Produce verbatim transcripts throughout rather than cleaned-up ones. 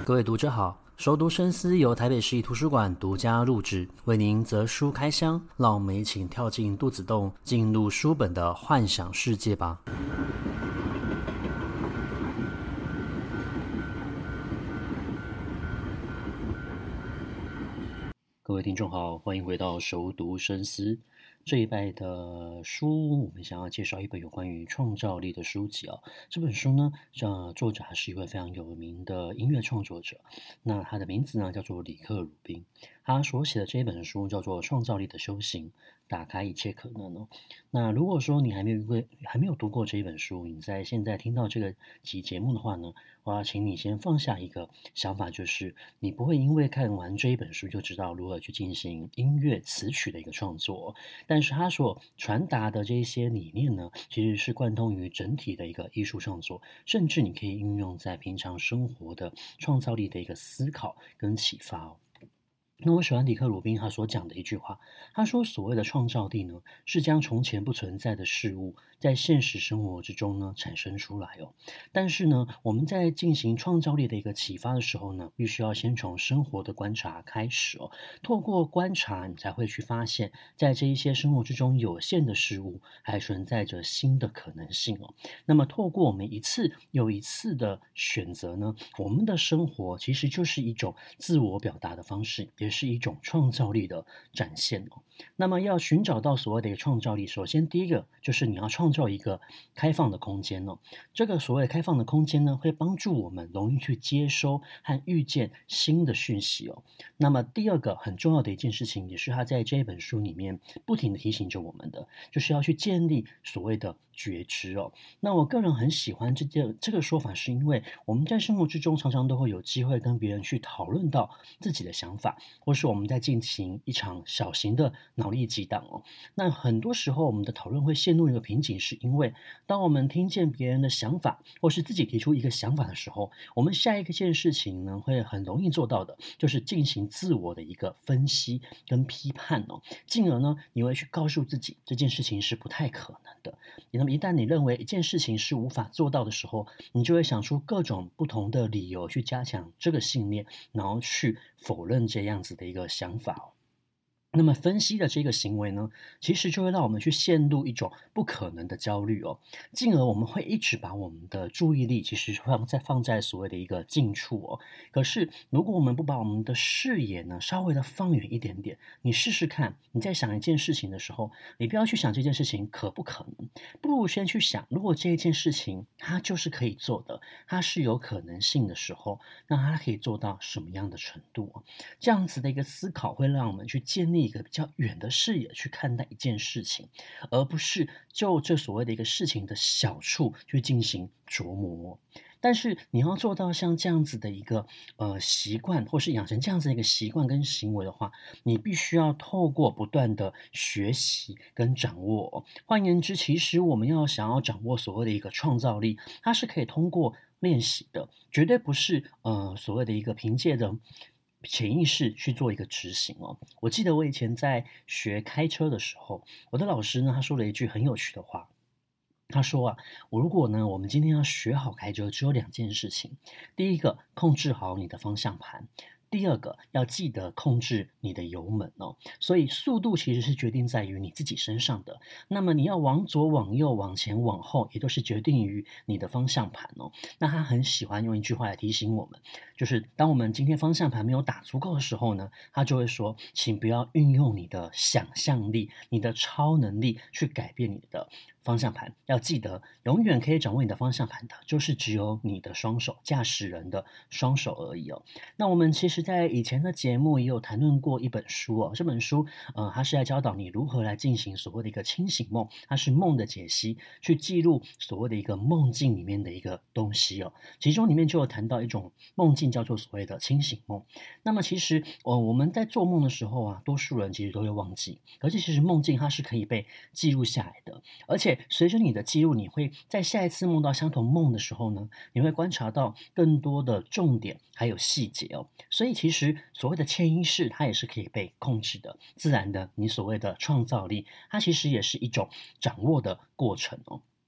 各位读者好，熟读深思由台北市立图书馆独家录制，为您择书开箱，让我们一起跳进肚子洞，进入书本的幻想世界吧。各位听众好，欢迎回到熟读深思。这一拜的书，我们想要介绍一本有关于创造力的书籍啊。这本书呢，呃，作者还是一位非常有名的音乐创作者。那他的名字呢，叫做里克·鲁宾。他所写的这一本书叫做《创造力的修行》，打开一切可能哦。那如果说你还没有过还没有读过这一本书，你在现在听到这个集节目的话呢，我要请你先放下一个想法，就是你不会因为看完这一本书就知道如何去进行音乐词曲的一个创作，但是他所传达的这些理念呢，其实是贯通于整体的一个艺术创作，甚至你可以运用在平常生活的创造力的一个思考跟启发哦。那我喜欢里克·鲁宾他所讲的一句话，他说所谓的创造力呢，是将从前不存在的事物在现实生活之中呢产生出来哦。但是呢，我们在进行创造力的一个启发的时候呢，必须要先从生活的观察开始哦。透过观察，你才会去发现，在这一些生活之中有限的事物，还存在着新的可能性哦。那么，透过我们一次又一次的选择呢，我们的生活其实就是一种自我表达的方式，也是一种创造力的展现哦。那么要寻找到所谓的一个创造力，首先第一个就是你要创造一个开放的空间哦。这个所谓的开放的空间呢，会帮助我们容易去接收和遇见新的讯息哦。那么第二个很重要的一件事情，也是他在这一本书里面不停的提醒着我们的，就是要去建立所谓的觉知哦。那我个人很喜欢这件这个说法，是因为我们在生活之中常常都会有机会跟别人去讨论到自己的想法，或是我们在进行一场小型的脑力激荡哦。那很多时候我们的讨论会陷入一个瓶颈，是因为当我们听见别人的想法，或是自己提出一个想法的时候，我们下一个件事情呢，会很容易做到的，就是进行自我的一个分析跟批判哦，进而呢，你会去告诉自己这件事情是不太可能的。那么一旦你认为一件事情是无法做到的时候，你就会想出各种不同的理由去加强这个信念，然后去否认这样子的一个想法哦。那么分析的这个行为呢，其实就会让我们去陷入一种不可能的焦虑哦，进而我们会一直把我们的注意力其实放在放在所谓的一个近处哦。可是如果我们不把我们的视野呢稍微的放远一点点，你试试看，你在想一件事情的时候，你不要去想这件事情可不可能，不如先去想，如果这一件事情它就是可以做的，它是有可能性的时候，那它可以做到什么样的程度哦？这样子的一个思考会让我们去建立一个比较远的视野去看待一件事情，而不是就这所谓的一个事情的小处去进行琢磨。但是你要做到像这样子的一个呃习惯，或是养成这样子的一个习惯跟行为的话，你必须要透过不断的学习跟掌握哦。换言之，其实我们要想要掌握所谓的一个创造力，它是可以通过练习的，绝对不是呃所谓的一个凭借着潜意识去做一个执行哦。我记得我以前在学开车的时候，我的老师呢，他说了一句很有趣的话。他说啊，我如果呢，我们今天要学好开车，只有两件事情。第一个，控制好你的方向盘；第二个，要记得控制你的油门哦。所以速度其实是决定在于你自己身上的。那么你要往左、往右、往前、往后，也都是决定于你的方向盘哦。那他很喜欢用一句话来提醒我们，就是当我们今天方向盘没有打足够的时候呢，他就会说，请不要运用你的想象力、你的超能力去改变你的方向盘。要记得，永远可以掌握你的方向盘的，就是只有你的双手，驾驶人的双手而已哦。那我们其实在以前的节目也有谈论过一本书哦，这本书呃，它是在教导你如何来进行所谓的一个清醒梦，它是梦的解析，去记录所谓的一个梦境里面的一个东西哦。其中里面就有谈到一种梦境叫做所谓的清醒梦。那么其实呃我们在做梦的时候啊，多数人其实都会忘记，而且其实梦境它是可以被记录下来的，而且随着你的记录，你会在下一次梦到相同梦的时候呢，你会观察到更多的重点还有细节哦。所以其实所谓的潜意识，它也是可以被控制的。自然的，你所谓的创造力，它其实也是一种掌握的过程哦。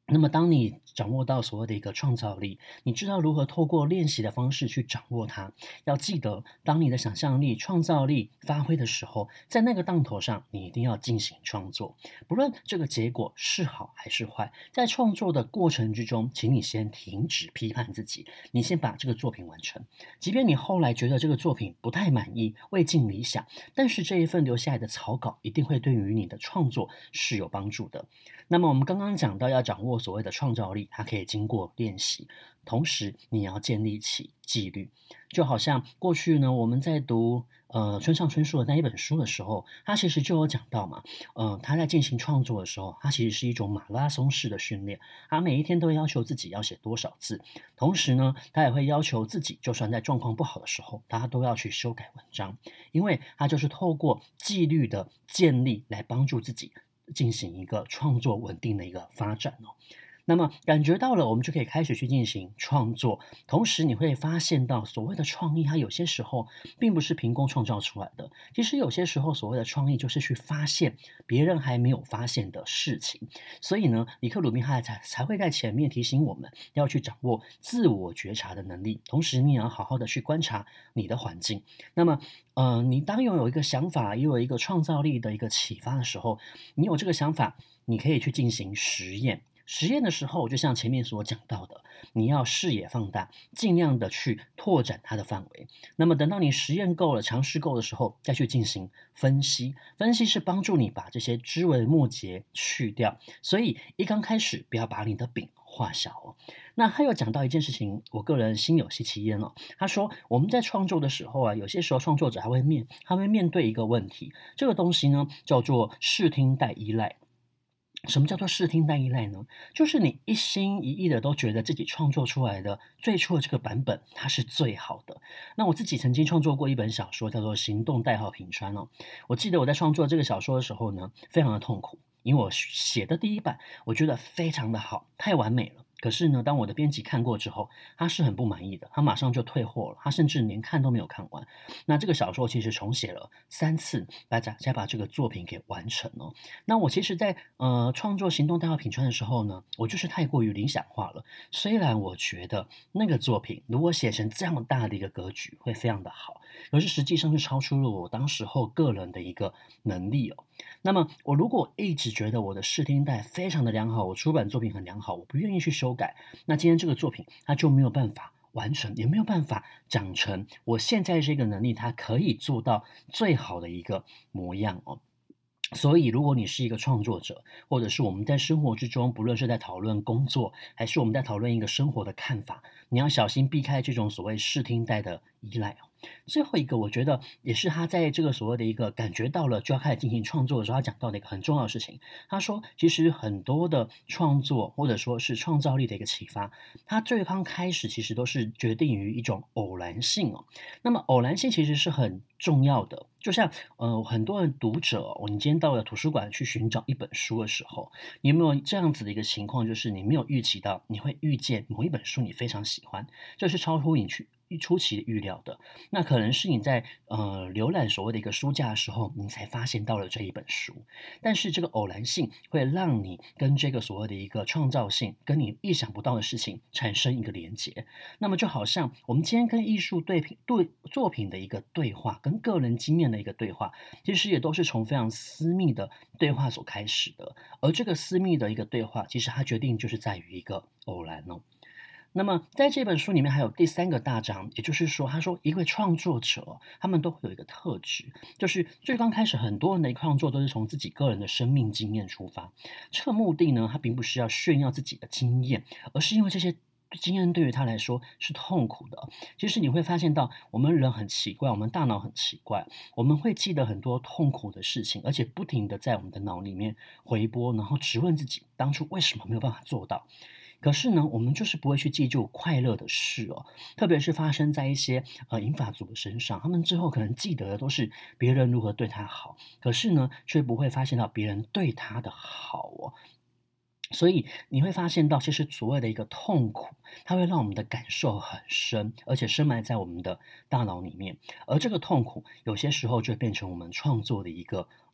那么当你掌握到所谓的一个创造力，你知道如何透过练习的方式去掌握它。要记得，当你的想象力、创造力发挥的时候，在那个当头上，你一定要进行创作。不论这个结果是好还是坏，在创作的过程之中，请你先停止批判自己，你先把这个作品完成。即便你后来觉得这个作品不太满意、未尽理想，但是这一份留下来的草稿一定会对于你的创作是有帮助的。那么我们刚刚讲到要掌握所谓的创造力，它可以经过练习，同时你要建立起纪律。就好像过去呢，我们在读呃村上春树的那一本书的时候，他其实就有讲到嘛，呃他在进行创作的时候，他其实是一种马拉松式的训练，他每一天都要求自己要写多少字，同时呢，他也会要求自己，就算在状况不好的时候，他都要去修改文章，因为他就是透过纪律的建立来帮助自己进行一个创作稳定的一个发展哦。那么感觉到了，我们就可以开始去进行创作。同时，你会发现到所谓的创意，它有些时候并不是凭空创造出来的。其实有些时候，所谓的创意就是去发现别人还没有发现的事情。所以呢，里克鲁宾他才才会在前面提醒我们要去掌握自我觉察的能力，同时你也要好好的去观察你的环境。那么，呃，你当拥有一个想法，也有一个创造力的一个启发的时候，你有这个想法，你可以去进行实验。实验的时候，就像前面所讲到的，你要视野放大，尽量的去拓展它的范围。那么等到你实验够了、尝试够的时候，再去进行分析。分析是帮助你把这些枝微末节去掉。所以一刚开始，不要把你的饼画小哦。那他又讲到一件事情，我个人心有戚戚焉哦。他说我们在创作的时候啊，有些时候创作者还会面，他会面对一个问题，这个东西呢叫做视听带依赖。什么叫做视听带依赖呢？就是你一心一意的都觉得自己创作出来的最初的这个版本它是最好的。那我自己曾经创作过一本小说，叫做《行动代号品川》哦。我记得我在创作这个小说的时候呢，非常的痛苦，因为我写的第一版我觉得非常的好，太完美了。可是呢，当我的编辑看过之后，他是很不满意的，他马上就退货了，他甚至连看都没有看完。那这个小说其实重写了三次，大家才把这个作品给完成哦。那我其实在，呃创作《行动代号品川》的时候呢，我就是太过于理想化了。虽然我觉得那个作品如果写成这样大的一个格局会非常的好，可是实际上是超出了我当时候个人的一个能力哦。那么我如果一直觉得我的视听带非常的良好，我出版作品很良好，我不愿意去修改，那今天这个作品它就没有办法完成，也没有办法长成我现在这个能力它可以做到最好的一个模样哦。所以，如果你是一个创作者，或者是我们在生活之中，不论是在讨论工作，还是我们在讨论一个生活的看法，你要小心避开这种所谓视听带的依赖哦。最后一个，我觉得也是他在这个所谓的一个感觉到了就要开始进行创作的时候，他讲到的一个很重要的事情。他说，其实很多的创作或者说是创造力的一个启发，它最刚开始其实都是决定于一种偶然性哦。那么偶然性其实是很重要的，就像呃很多人读者哦，你今天到了图书馆去寻找一本书的时候，你有没有这样子的一个情况，就是你没有预期到你会遇见某一本书你非常喜欢，这是超乎你去出其预料的。那可能是你在呃浏览所谓的一个书架的时候，你才发现到了这一本书。但是这个偶然性会让你跟这个所谓的一个创造性，跟你意想不到的事情产生一个连结。那么就好像我们今天跟艺术对品对作品的一个对话，跟个人经验的一个对话，其实也都是从非常私密的对话所开始的。而这个私密的一个对话，其实它决定就是在于一个偶然哦。那么在这本书里面还有第三个大章，也就是说，他说一位创作者，他们都会有一个特质，就是最刚开始很多人的创作都是从自己个人的生命经验出发，这个目的呢，他并不是要炫耀自己的经验，而是因为这些经验对于他来说是痛苦的。其实你会发现到，我们人很奇怪，我们大脑很奇怪，我们会记得很多痛苦的事情，而且不停的在我们的脑里面回播，然后质问自己当初为什么没有办法做到。可是呢，我们就是不会去记住快乐的事哦，特别是发生在一些呃银发族的身上，他们最后可能记得的都是别人如何对他好，可是呢，却不会发现到别人对他的好哦。所以你会发现到，其实所谓的一个痛苦，它会让我们的感受很深，而且深埋在我们的大脑里面。而这个痛苦，有些时候就会变成我们创作的一个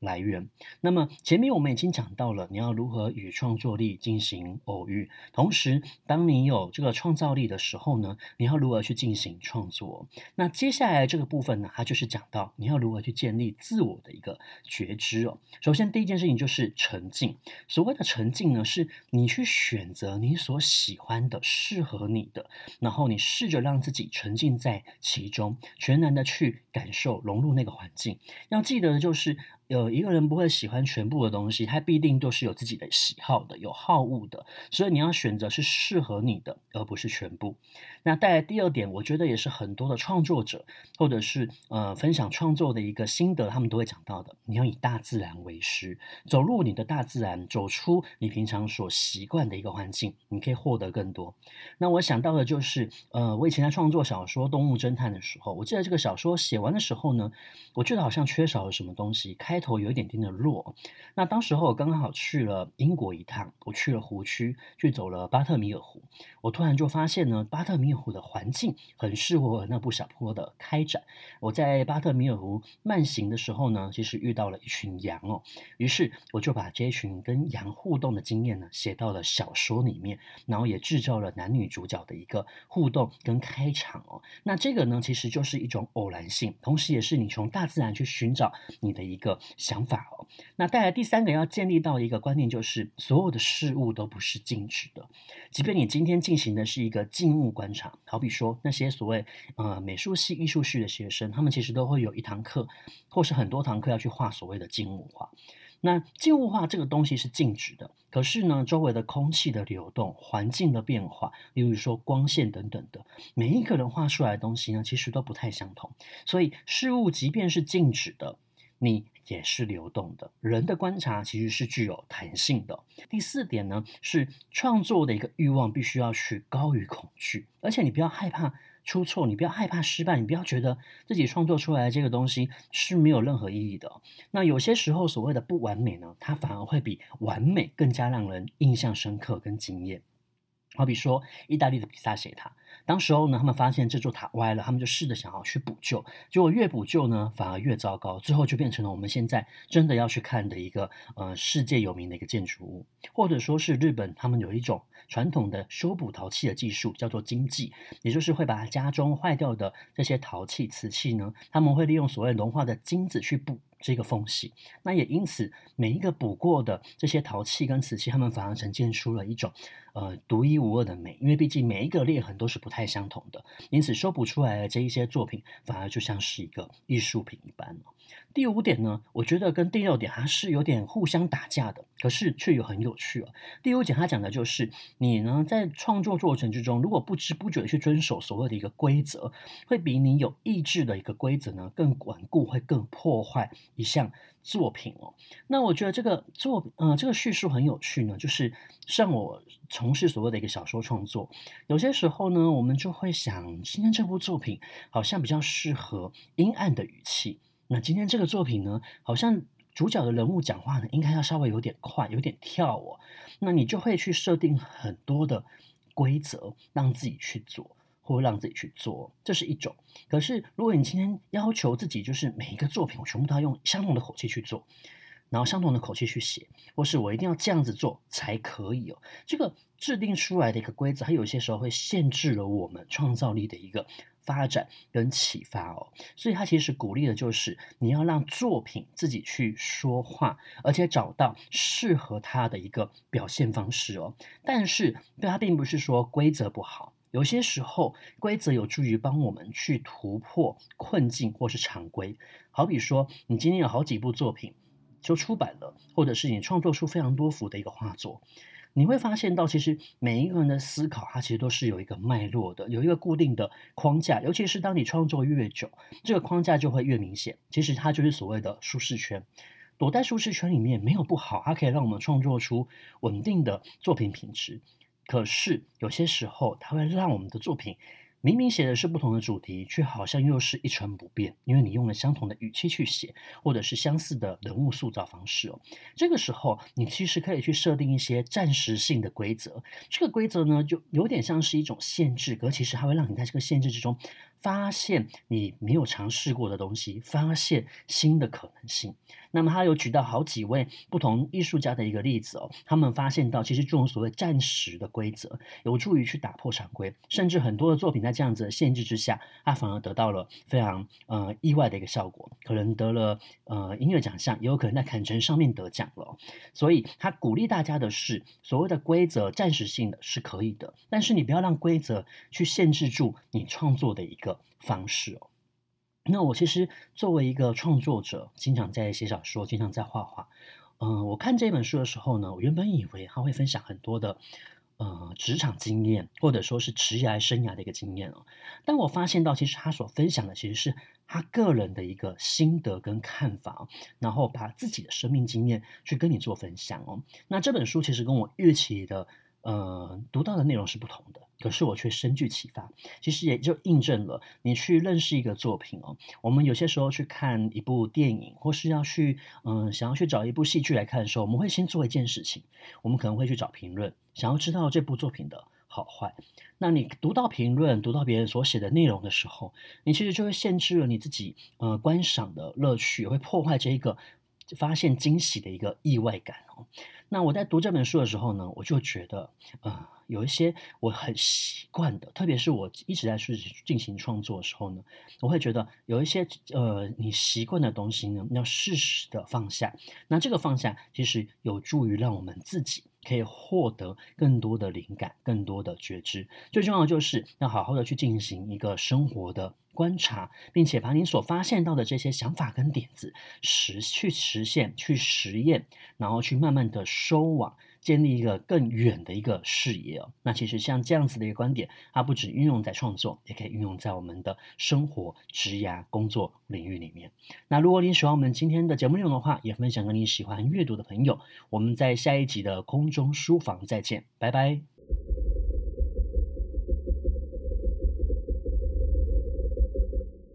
来源。那么前面我们已经讲到了，你要如何与创作力进行偶遇，同时当你有这个创造力的时候呢，你要如何去进行创作。那接下来这个部分呢，它就是讲到你要如何去建立自我的一个觉知哦。首先第一件事情就是沉浸，所谓的沉浸呢，是你去选择你所喜欢的、适合你的，然后你试着让自己沉浸在其中，全然的去感受、融入那个环境。要记得的就是，有一个人不会喜欢全部的东西，他必定都是有自己的喜好的，有好恶的，所以你要选择是适合你的，而不是全部。那带来第二点，我觉得也是很多的创作者或者是呃分享创作的一个心得，他们都会讲到的，你要以大自然为师，走入你的大自然，走出你平常所习惯的一个环境，你可以获得更多。那我想到的就是，呃，我以前在创作小说《动物侦探》的时候，我记得这个小说写完的时候呢，我觉得好像缺少了什么东西，开头有一点点的弱。那当时候我刚好去了英国一趟，我去了湖区，去走了巴特米尔湖，我突然就发现呢，巴特米尔湖的环境很适合我那部小说的开展。我在巴特米尔湖慢行的时候呢，其实遇到了一群羊哦，于是我就把这一群跟羊互动的经验呢，写到了小说里面，然后也制造了男女主角的一个互动跟开场哦。那这个呢，其实就是一种偶然性，同时也是你从大自然去寻找你的一个想法哦。那带来第三个要建立到一个观念，就是所有的事物都不是静止的，即便你今天进行的是一个静物观察，好比说那些所谓呃美术系、艺术系的学生，他们其实都会有一堂课，或是很多堂课要去画所谓的静物画。那静物画这个东西是静止的，可是呢，周围的空气的流动、环境的变化，例如说光线等等的，每一个人画出来的东西呢，其实都不太相同。所以事物即便是静止的，你也是流动的。人的观察其实是具有弹性的。第四点呢，是创作的一个欲望必须要去高于恐惧，而且你不要害怕出错，你不要害怕失败，你不要觉得自己创作出来的这个东西是没有任何意义的哦。那有些时候所谓的不完美呢，它反而会比完美更加让人印象深刻跟惊艳。好比说意大利的比萨斜塔，当时候呢，他们发现这座塔歪了，他们就试着想要去补救，结果越补救呢，反而越糟糕，最后就变成了我们现在真的要去看的一个呃世界有名的一个建筑物。或者说是日本他们有一种传统的修补陶器的技术，叫做金继，也就是会把家中坏掉的这些陶器、瓷器呢，他们会利用所谓融化的金子去补这个缝隙。那也因此，每一个补过的这些陶器跟瓷器，它们反而呈现出了一种呃独一无二的美，因为毕竟每一个裂痕都是不太相同的，因此修补出来的这一些作品，反而就像是一个艺术品一般。第五点呢，我觉得跟第六点还是有点互相打架的，可是却又很有趣哦。第五点它讲的就是你呢在创作过程之中，如果不知不觉地去遵守所谓的一个规则，会比你有意志的一个规则呢更顽固，会更破坏一项作品哦。那我觉得这个作呃这个叙述很有趣呢，就是像我从事所谓的一个小说创作，有些时候呢，我们就会想，今天这部作品好像比较适合阴暗的语气。那今天这个作品呢，好像主角的人物讲话呢，应该要稍微有点快，有点跳哦。那你就会去设定很多的规则，让自己去做，或让自己去做，这是一种。可是如果你今天要求自己，就是每一个作品我全部都要用相同的口气去做，然后相同的口气去写，或是我一定要这样子做才可以哦。这个制定出来的一个规则，它有些时候会限制了我们创造力的一个发展跟启发哦。所以它其实鼓励的就是你要让作品自己去说话，而且找到适合它的一个表现方式哦。但是对它并不是说规则不好。有些时候，规则有助于帮我们去突破困境或是常规。好比说，你今天有好几部作品就出版了，或者是你创作出非常多幅的一个画作，你会发现到，其实每一个人的思考，它其实都是有一个脉络的，有一个固定的框架。尤其是当你创作越久，这个框架就会越明显。其实它就是所谓的舒适圈。躲在舒适圈里面没有不好，它可以让我们创作出稳定的作品品质。可是有些时候，它会让我们的作品明明写的是不同的主题，却好像又是一成不变，因为你用了相同的语气去写，或者是相似的人物塑造方式哦。这个时候，你其实可以去设定一些暂时性的规则。这个规则呢，就有点像是一种限制，可其实它会让你在这个限制之中发现你没有尝试过的东西，发现新的可能性。那么他有举到好几位不同艺术家的一个例子哦，他们发现到其实这种所谓暂时的规则有助于去打破常规，甚至很多的作品在这样子的限制之下，它反而得到了非常呃意外的一个效果，可能得了呃音乐奖项，也有可能在坎城上面得奖了哦。所以他鼓励大家的是，所谓的规则暂时性的是可以的，但是你不要让规则去限制住你创作的一个方式哦。那我其实作为一个创作者，经常在写小说，经常在画画。嗯、我看这本书的时候呢，我原本以为他会分享很多的呃职场经验，或者说是职业生涯的一个经验哦。但我发现到，其实他所分享的其实是他个人的一个心得跟看法哦，然后把自己的生命经验去跟你做分享哦。那这本书其实跟我预期的呃读到的内容是不同的，可是我却深具启发。其实也就印证了你去认识一个作品哦，我们有些时候去看一部电影，或是要去嗯、呃想要去找一部戏剧来看的时候，我们会先做一件事情，我们可能会去找评论，想要知道这部作品的好坏。那你读到评论，读到别人所写的内容的时候，你其实就会限制了你自己呃观赏的乐趣，也会破坏这一个发现惊喜的一个意外感哦。那我在读这本书的时候呢，我就觉得，呃，有一些我很习惯的，特别是我一直在去进行创作的时候呢，我会觉得有一些呃你习惯的东西呢，要适时的放下。那这个放下，其实有助于让我们自己可以获得更多的灵感，更多的觉知。最重要的就是要好好的去进行一个生活的观察，并且把你所发现到的这些想法跟点子实去实现、去实验，然后去慢慢的收网，建立一个更远的一个视野哦。那其实像这样子的一个观点，它不止运用在创作，也可以运用在我们的生活、职涯、工作领域里面。那如果你喜欢我们今天的节目内容的话，也分享给你喜欢阅读的朋友。我们在下一集的空中书房再见，拜拜。